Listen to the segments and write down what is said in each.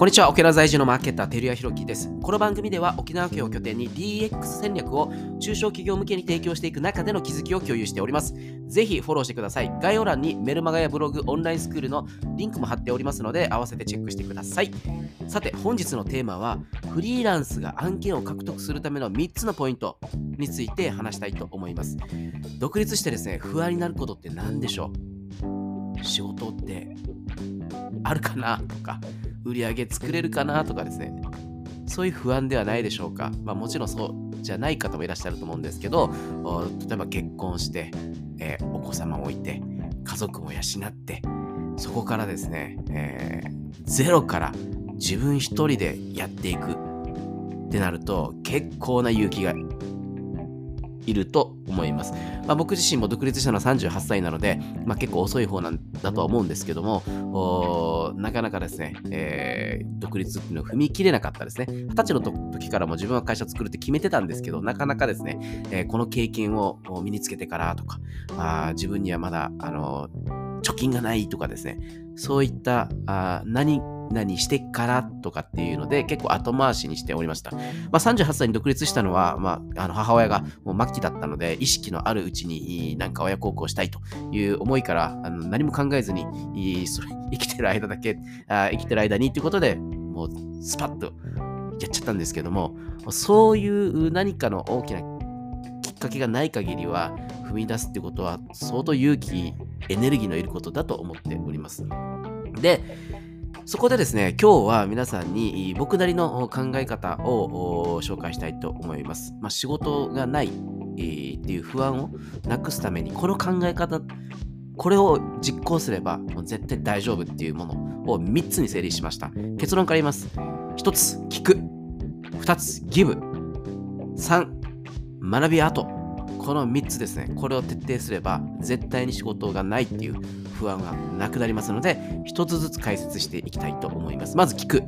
こんにちは。沖縄在住のマーケター、照屋宏樹です。この番組では沖縄県を拠点に DX 戦略を中小企業向けに提供していく中での気づきを共有しております。ぜひフォローしてください。概要欄にメルマガやブログ、オンラインスクールのリンクも貼っておりますので、合わせてチェックしてください。さて、本日のテーマは、フリーランスが案件を獲得するための3つのポイントについて話したいと思います。独立してですね、不安になることって何でしょう？仕事ってあるかなとか、売り上げ作れるかなとかですね、そういう不安ではないでしょうか。もちろんそうじゃない方もいらっしゃると思うんですけど、例えば結婚して、お子様を置いて家族も養って、そこからですね、ゼロから自分一人でやっていくってなると結構な勇気がいると思います。僕自身も独立したのは38歳なので、結構遅い方なんだとは思うんですけども、なかなかですね、独立っていうのを踏み切れなかったですね。20歳の時からも自分は会社を作るって決めてたんですけど、なかなかですね、この経験を身につけてからとか、自分にはまだ貯金がないとかですね、そういった何してからとかっていうので結構後回しにしておりました。38歳に独立したのは、母親がもう末期だったので、意識のあるうちになんか親孝行したいという思いから何も考えずに生きてる間にということでもうスパッとやっちゃったんですけども、そういう何かの大きなきっかけがない限りは踏み出すってことは相当勇気、エネルギーのいることだと思っております。で、そこでですね、今日は皆さんに僕なりの考え方を紹介したいと思います。仕事がないっていう不安をなくすために、この考え方、これを実行すればもう絶対大丈夫っていうものを3つに整理しました。結論から言います。1つ、聞く。2つ、ギブ。3、学び後。この3つですね。これを徹底すれば絶対に仕事がないっていう不安がなくなりますので、1つずつ解説していきたいと思います。まず聞く。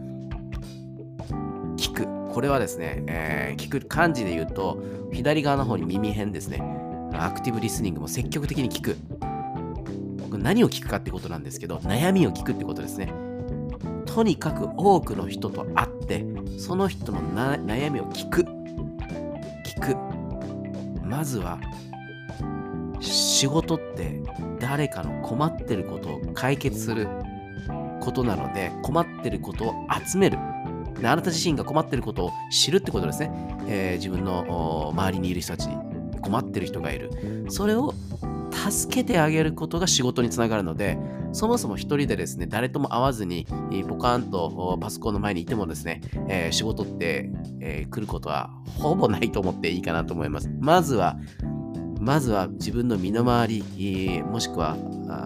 これはですね、聞く漢字で言うと左側の方に耳辺ですね。アクティブリスニングも積極的に聞く。何を聞くかってことなんですけど、悩みを聞くってことですね。とにかく多くの人と会ってその人の悩みを聞く。まずは仕事って誰かの困ってることを解決することなので、困ってることを集める。あなた自身が困ってることを知るってことですね。自分の周りにいる人たちに困ってる人がいる。それを助けてあげることが仕事につながるので、そもそも一人でですね、誰とも会わずにポカーンとパソコンの前にいてもですね、仕事って、来ることはほぼないと思っていいかなと思います。まずは自分の身の回り、もしくは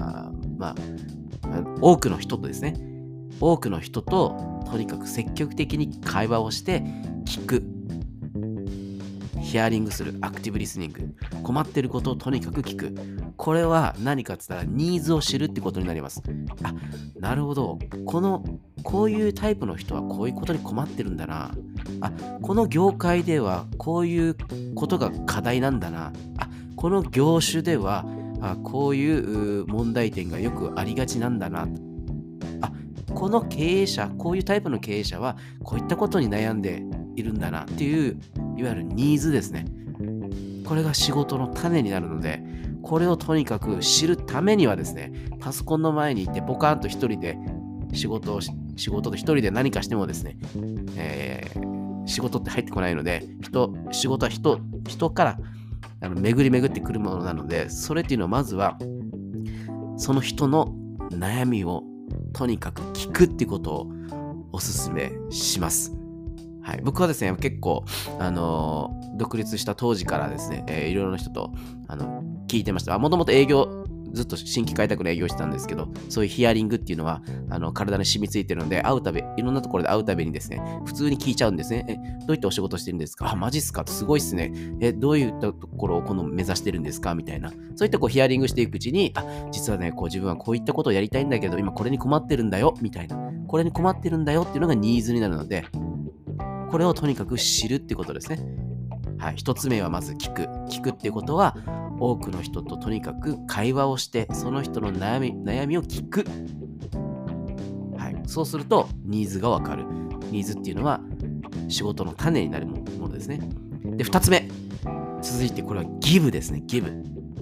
多くの人とですね、多くの人ととにかく積極的に会話をして聞く。ヒアリングする、アクティブリスニング。困ってることをとにかく聞く。これは何かって言ったらニーズを知るってことになります。なるほど。こういうタイプの人はこういうことに困ってるんだな。この業界ではこういうことが課題なんだな。この業種ではこういう問題点がよくありがちなんだな。この経営者、こういうタイプの経営者はこういったことに悩んでいるんだなっていう、いわゆるニーズですね。これが仕事の種になるので、これをとにかく知るためにはですね、パソコンの前にいてポカーンと一人で仕事と一人で何かしてもですね、仕事って入ってこないので、仕事は人から巡り巡ってくるものなので、それっていうのはまずはその人の悩みをとにかく聞くってことをお勧めします。僕はですね、結構独立した当時からですね、いろいろな人と聞いてました。もともとずっと新規開拓の営業してたんですけど、そういうヒアリングっていうのは体に染みついてるので、いろんなところで会うたびにですね、普通に聞いちゃうんですね。どういったお仕事してるんですか？マジっすか？すごいっすね。どういったところを目指してるんですか？みたいな。そういったヒアリングしていくうちに、実はね、自分はこういったことをやりたいんだけど、今これに困ってるんだよ、みたいな。これに困ってるんだよっていうのがニーズになるので、これをとにかく知るってことですね。一つ目はまず聞く。聞くっていうことは、多くの人ととにかく会話をして、その人の悩みを聞く。 そうするとニーズがわかる。ニーズっていうのは仕事の種になるものですね。で、2つ目。続いてこれはギブですね。ギブ。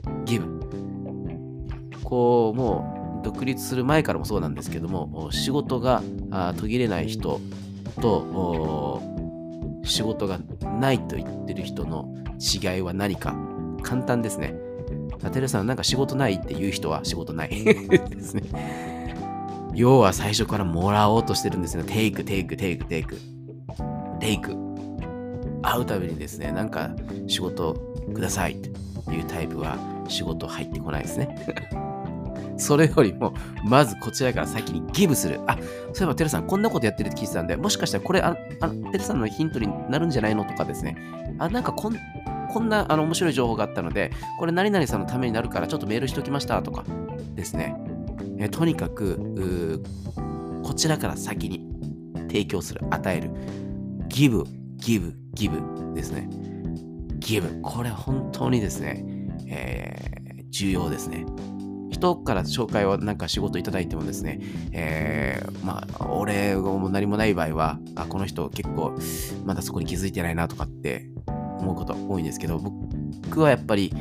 こう、もう独立する前からもそうなんですけども、仕事が途切れない人と仕事がないと言ってる人の違いは何か。簡単ですね。テルさん、なんか仕事ないっていう人は仕事ないですね。要は最初からもらおうとしてるんですね。テイク。会うたびにですね、なんか仕事くださいっていうタイプは仕事入ってこないですね。それよりも、まずこちらから先にギブする。そういえばテルさん、こんなことやってるって聞いてたんで、もしかしたらこれ、テルさんのヒントになるんじゃないのとかですね。なんかこんな面白い情報があったので、これ何々さんのためになるからちょっとメールしときましたとかですね。とにかく、こちらから先に提供する、与える。ギブですね。ギブ。これ本当にですね、重要ですね。人から紹介をなんか仕事いただいてもですね、俺も何もない場合は、この人結構まだそこに気づいてないなとかって思うこと多いんですけど、僕はやっぱり、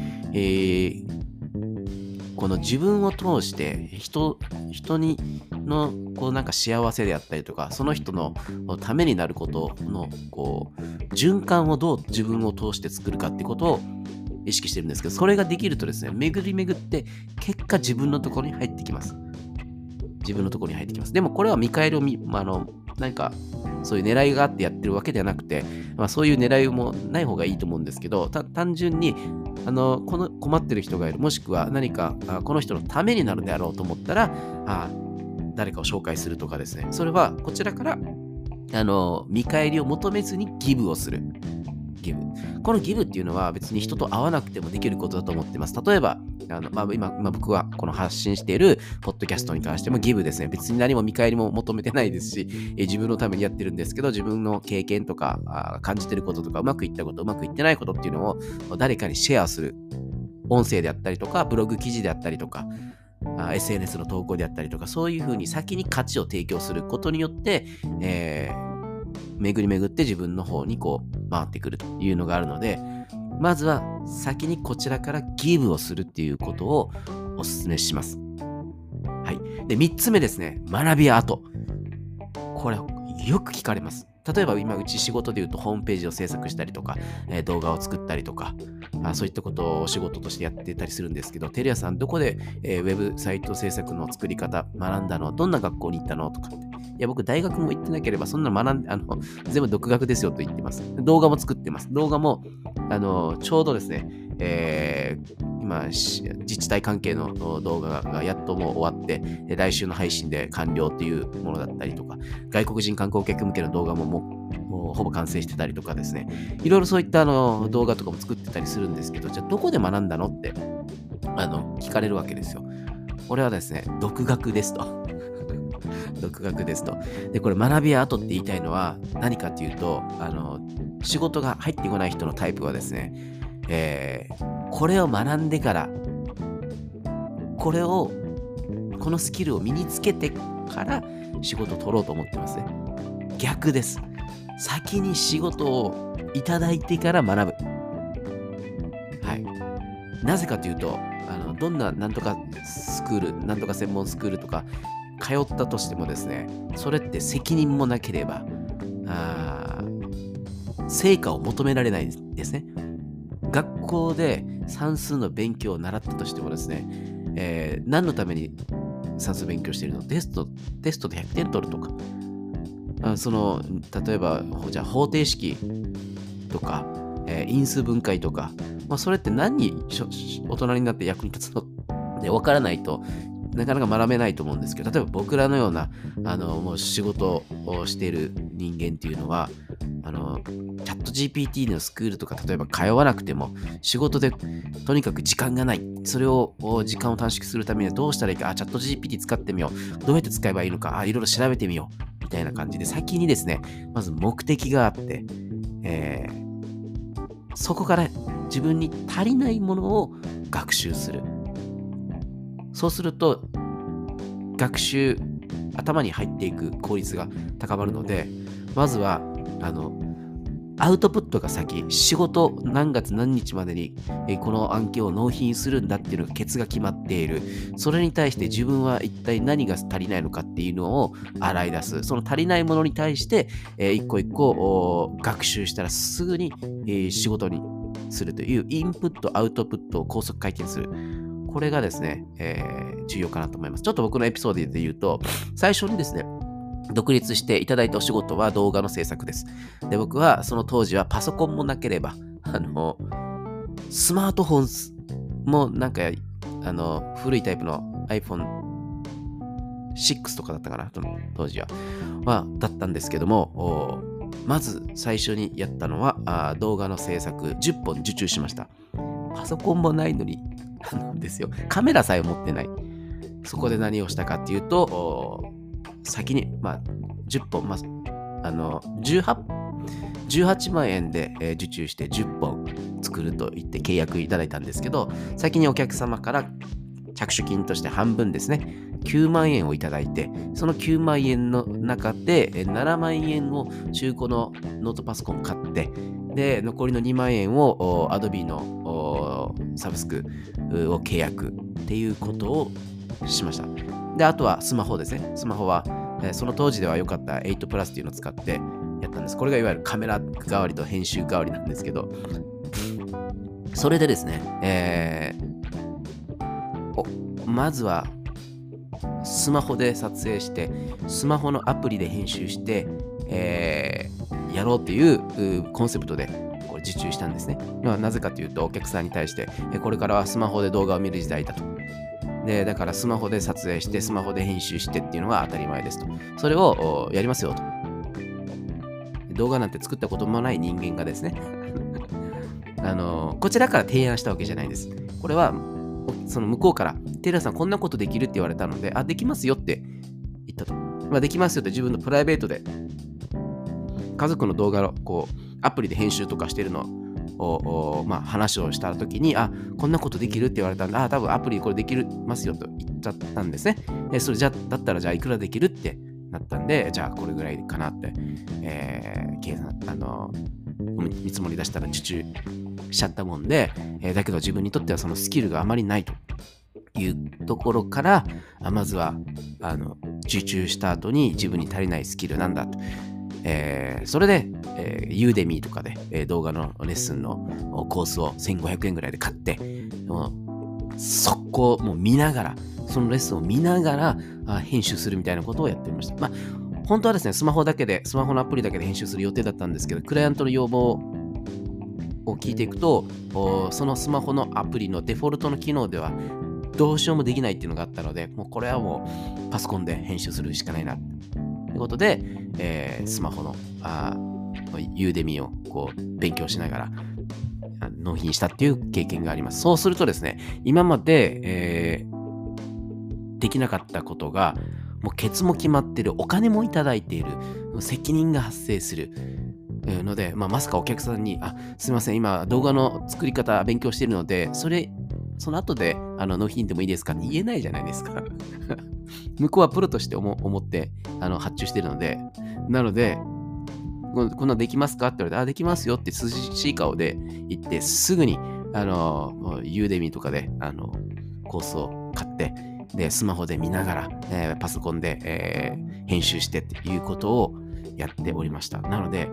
この自分を通して人のこうなんか幸せであったりとか、その人のためになることのこう循環をどう自分を通して作るかってことを意識してるんですけど、それができるとですね、巡り巡って結果自分のところに入ってきます。でもこれは見返りを何かそういう狙いがあってやってるわけではなくて、そういう狙いもない方がいいと思うんですけど、単純にこの困ってる人がいる、もしくは何かこの人のためになるであろうと思ったら、誰かを紹介するとかですね。それはこちらから見返りを求めずにギブをする。このギブっていうのは別に人と会わなくてもできることだと思ってます。例えば、今僕はこの発信しているポッドキャストに関してもギブですね。別に何も見返りも求めてないですし、自分のためにやってるんですけど、自分の経験とか感じてることとか、うまくいったこと、うまくいってないことっていうのを誰かにシェアする。音声であったりとか、ブログ記事であったりとか、SNS の投稿であったりとか、そういうふうに先に価値を提供することによって、巡り巡って自分の方にこう回ってくるというのがあるので、まずは先にこちらからギブをするっていうことをお勧めします。はい。で、3つ目ですね。学びや後。これよく聞かれます。例えば今うち仕事で言うとホームページを制作したりとか、動画を作ったりとか、そういったことをお仕事としてやってたりするんですけど、テレアさんどこで、ウェブサイト制作の作り方学んだの？どんな学校に行ったの？とかって。いや、僕大学も行ってなければそんな学んで、全部独学ですよと言ってます。動画も作ってます。動画も、ちょうどですね、今、自治体関係の動画がやっともう終わって、来週の配信で完了っていうものだったりとか、外国人観光客向けの動画ももうほぼ完成してたりとかですね、いろいろそういった動画とかも作ってたりするんですけど、じゃあどこで学んだのって聞かれるわけですよ。俺はですね、独学ですと。で、これ学びや後って言いたいのは何かっていうと、仕事が入ってこない人のタイプはですね、これを学んでから、このスキルを身につけてから仕事を取ろうと思ってますね。逆です。先に仕事をいただいてから学ぶ。はい。なぜかというと、どんななんとかスクール、なんとか専門スクールとか通ったとしてもですね、それって責任もなければ、成果を求められないんですね。学校で算数の勉強を習ったとしてもですね、何のために算数勉強しているの？テストで100点取るとか、例えばじゃあ方程式とか、因数分解とか、それって何に大人になって役に立つのって分からないとなかなか学べないと思うんですけど、例えば僕らのようなもう仕事をしている人間っていうのはチャット GPT のスクールとか例えば通わなくても仕事でとにかく時間がない、それを時間を短縮するためにはどうしたらいいか、チャット GPT 使ってみよう、どうやって使えばいいのか、いろいろ調べてみようみたいな感じで先にですね、まず目的があって、そこから自分に足りないものを学習する。そうすると学習頭に入っていく効率が高まるので、まずはアウトプットが先、仕事何月何日までにこの案件を納品するんだっていうのがケツが決まっている。それに対して自分は一体何が足りないのかっていうのを洗い出す。その足りないものに対して一個一個学習したらすぐに仕事にするというインプット、アウトプットを高速回転する。これがですね、重要かなと思います。ちょっと僕のエピソードで言うと、最初にですね、独立していただいたお仕事は動画の制作です。で、僕はその当時はパソコンもなければ、スマートフォンもなんか、古いタイプの iPhone6 とかだったかな、当時は。だったんですけども、まず最初にやったのは動画の制作10本受注しました。パソコンもないのに、ですよ。カメラさえ持ってない。そこで何をしたかっていうと、先に、10本、18万円で受注して10本作ると言って契約いただいたんですけど、先にお客様から着手金として半分ですね、9万円をいただいて、その9万円の中で7万円を中古のノートパソコン買って、で、残りの2万円を Adobe のサブスクを契約っていうことをしました。で、あとはスマホですね。スマホは、その当時では良かった8プラスっていうのを使ってやったんです。これがいわゆるカメラ代わりと編集代わりなんですけど、それでですね、まずはスマホで撮影して、スマホのアプリで編集して、やろうっていうコンセプトでこれ受注したんですね。なぜかというと、お客さんに対して、これからはスマホで動画を見る時代だと。で、だからスマホで撮影して、スマホで編集してっていうのが当たり前ですと。それをやりますよと。動画なんて作ったこともない人間がですね、こちらから提案したわけじゃないです。これは、その向こうから、テイラーさんこんなことできるって言われたので、できますよって言ったと。できますよって自分のプライベートで、家族の動画のアプリで編集とかしてるのを話をしたときに、こんなことできるって言われたんで、多分アプリこれできますよと言っちゃったんですね。それだったらいくらできるってなったんで、じゃあこれぐらいかなって、計算、見積もり出したら受注しちゃったもんで、だけど自分にとってはそのスキルがあまりないというところから、まずは受注した後に自分に足りないスキルなんだと。それで、ユーデミーとかで、動画のレッスンのコースを1500円ぐらいで買って、速攻もう見ながら、そのレッスンを見ながら編集するみたいなことをやっておりました。本当はですね、スマホのアプリだけで編集する予定だったんですけど、クライアントの要望を聞いていくと、そのスマホのアプリのデフォルトの機能ではどうしようもできないっていうのがあったので、もうこれはもうパソコンで編集するしかないなということで、スマホのユーデミーを勉強しながら納品したっていう経験があります。そうするとですね、今まで、できなかったことがもうケツも決まってる、お金もいただいている、責任が発生するので、まさかお客さんにすいません、今動画の作り方勉強しているので、その後で納品でもいいですかって言えないじゃないですか。向こうはプロとして思って発注しているので、なので、こんなできますかって言われて、できますよって涼しい顔で言って、すぐにユーデミーとかでコースを買って、でスマホで見ながら、パソコンで、編集してっていうことをやっておりました。なので、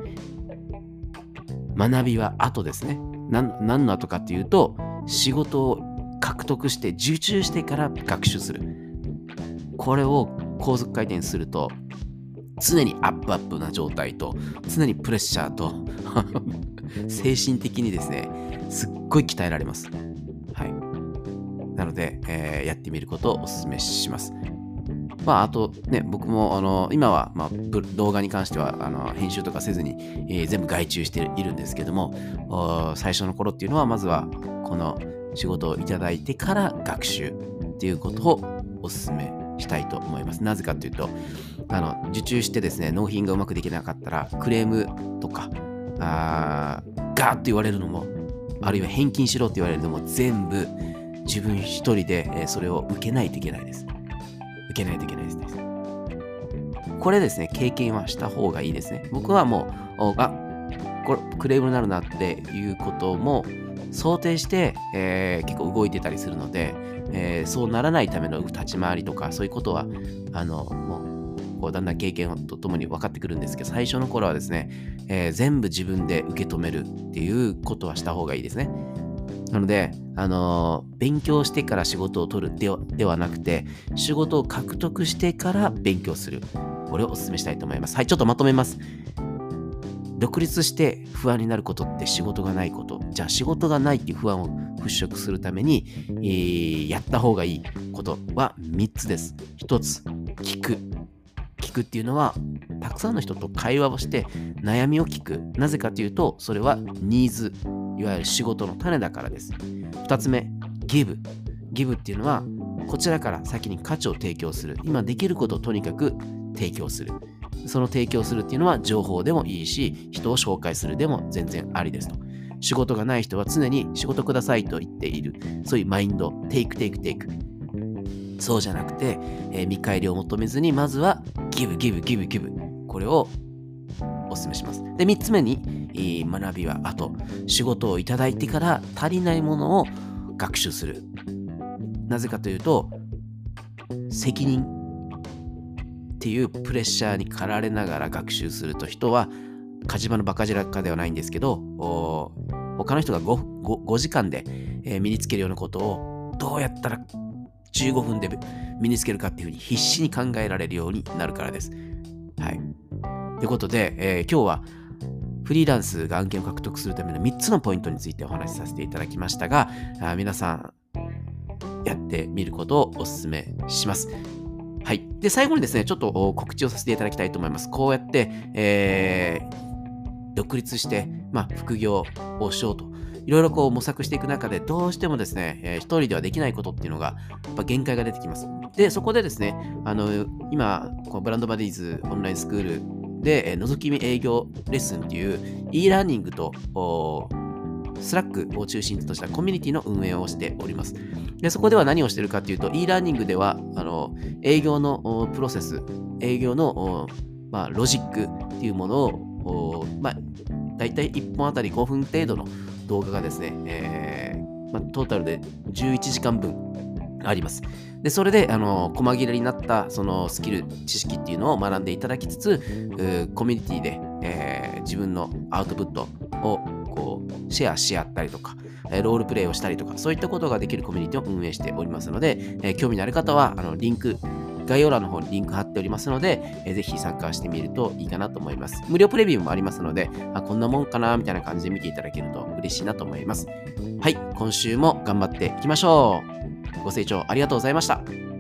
学びは後ですね。何の後かっていうと、仕事を獲得して受注してから学習する。これを高速回転すると、常にアップな状態と、常にプレッシャーと精神的にですね、すっごい鍛えられます。はい。なので、やってみることをお勧めします。あとね、僕も今は、動画に関しては編集とかせずに、全部外注しているんですけども、最初の頃っていうのはまずはこの仕事をいただいてから学習っていうことをお勧めしたいと思います。なぜかというと、受注してですね、納品がうまくできなかったらクレームとかガーッと言われるのも、あるいは返金しろって言われるのも全部自分一人でそれを受けないといけないです。 これですね、経験はした方がいいですね。僕はもう、これクレームになるなっていうことも想定して、結構動いてたりするので、そうならないための立ち回りとか、そういうことは、もう、こうだんだん経験とともに分かってくるんですけど、最初の頃はですね、全部自分で受け止めるっていうことはした方がいいですね。なので、勉強してから仕事を取るではなくて、仕事を獲得してから勉強する。これをお勧めしたいと思います。はい、ちょっとまとめます。独立して不安になることって仕事がないこと。じゃあ仕事がないっていう不安を払拭するために、やった方がいいことは3つです。1つ、聞く。聞くっていうのは、たくさんの人と会話をして悩みを聞く。なぜかというと、それはニーズ、いわゆる仕事の種だからです。2つ目、ギブ。ギブっていうのは、こちらから先に価値を提供する。今できることをとにかく提供する。その提供するっていうのは情報でもいいし、人を紹介するでも全然ありですと。仕事がない人は常に仕事くださいと言っている。そういうマインド、テイク。そうじゃなくて、見返りを求めずに、まずはギブ。これをお勧めします。で、3つ目に、学びは後。仕事をいただいてから足りないものを学習する。なぜかというと、責任っていうプレッシャーに駆られながら学習すると、人は火事場のバカ力ではないんですけど、他の人が 5時間で、身につけるようなことをどうやったら15分で身につけるかっていうふうに必死に考えられるようになるからです。はい。ということで、今日はフリーランスが案件を獲得するための3つのポイントについてお話しさせていただきましたが、皆さんやってみることをお勧めします。はい。で、最後にですね、ちょっと告知をさせていただきたいと思います。こうやって、独立して、副業をしようと、いろいろこう模索していく中で、どうしてもですね、一人ではできないことっていうのが、やっぱ限界が出てきます。で、そこでですね、今、このブランドバディーズオンラインスクールで、覗き見営業レッスンっていう e ラーニングとスラックを中心としたコミュニティの運営をしております。で、そこでは何をしているかというと、e ラーニングでは営業のプロセス、営業のロジックっていうものをだいたい1本あたり5分程度の動画がですね、トータルで11時間分あります。で、それで細切れになったそのスキル、知識っていうのを学んでいただきつつ、コミュニティで、自分のアウトプットをこうシェアし合ったりとか、ロールプレイをしたりとか、そういったことができるコミュニティを運営しておりますので、興味のある方はリンク、概要欄の方にリンク貼っておりますので、ぜひ参加してみるといいかなと思います。無料プレビューもありますので、こんなもんかなみたいな感じで見ていただけると嬉しいなと思います。はい、今週も頑張っていきましょう。ご清聴ありがとうございました。